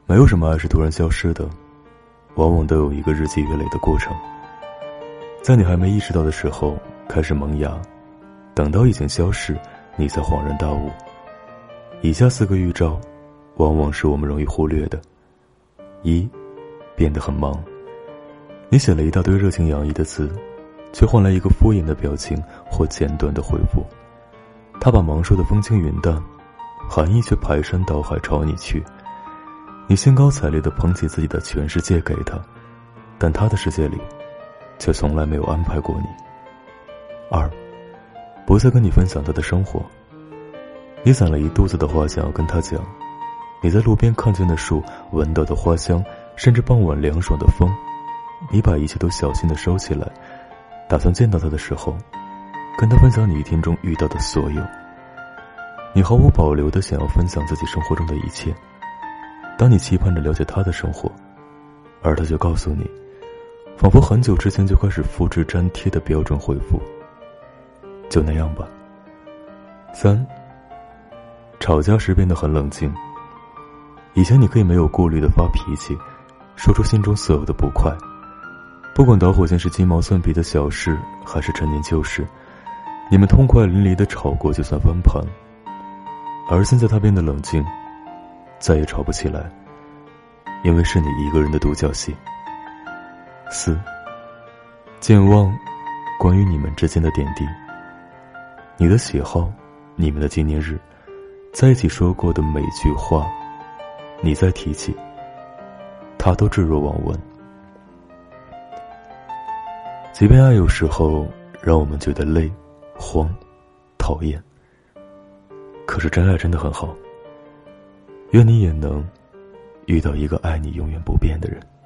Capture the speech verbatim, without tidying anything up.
没有什么爱是突然消失的，往往都有一个日积月累的过程。在你还没意识到的时候开始萌芽，等到已经消逝，你才恍然大悟。以下四个预兆往往是我们容易忽略的。一，变得很忙。你写了一大堆热情洋溢的字，却换来一个敷衍的表情或简短的回复。他把忙说得风轻云淡，含义却排山倒海朝你去。你兴高采烈地捧起自己的全世界给他，但他的世界里却从来没有安排过你。二，不再跟你分享他的生活。你攒了一肚子的话想要跟他讲，你在路边看见的树，闻到的花香，甚至傍晚凉爽的风，你把一切都小心地收起来，打算见到他的时候跟他分享你一天中遇到的所有。你毫无保留地想要分享自己生活中的一切，当你期盼着了解他的生活，而他就告诉你，仿佛很久之前就开始复制粘贴的标准回复，就那样吧。三，吵架时变得很冷静。以前你可以没有顾虑地发脾气，说出心中所有的不快，不管导火线是鸡毛蒜皮的小事还是陈年旧事，你们痛快淋漓地吵过就算翻盘。而现在他变得冷静，再也吵不起来，因为是你一个人的独角戏。四，健忘关于你们之间的点滴。你的喜好，你们的纪念日，在一起说过的每句话，你再提起，他都置若罔闻。即便爱有时候让我们觉得累、慌、讨厌，可是真爱真的很好。愿你也能遇到一个爱你永远不变的人。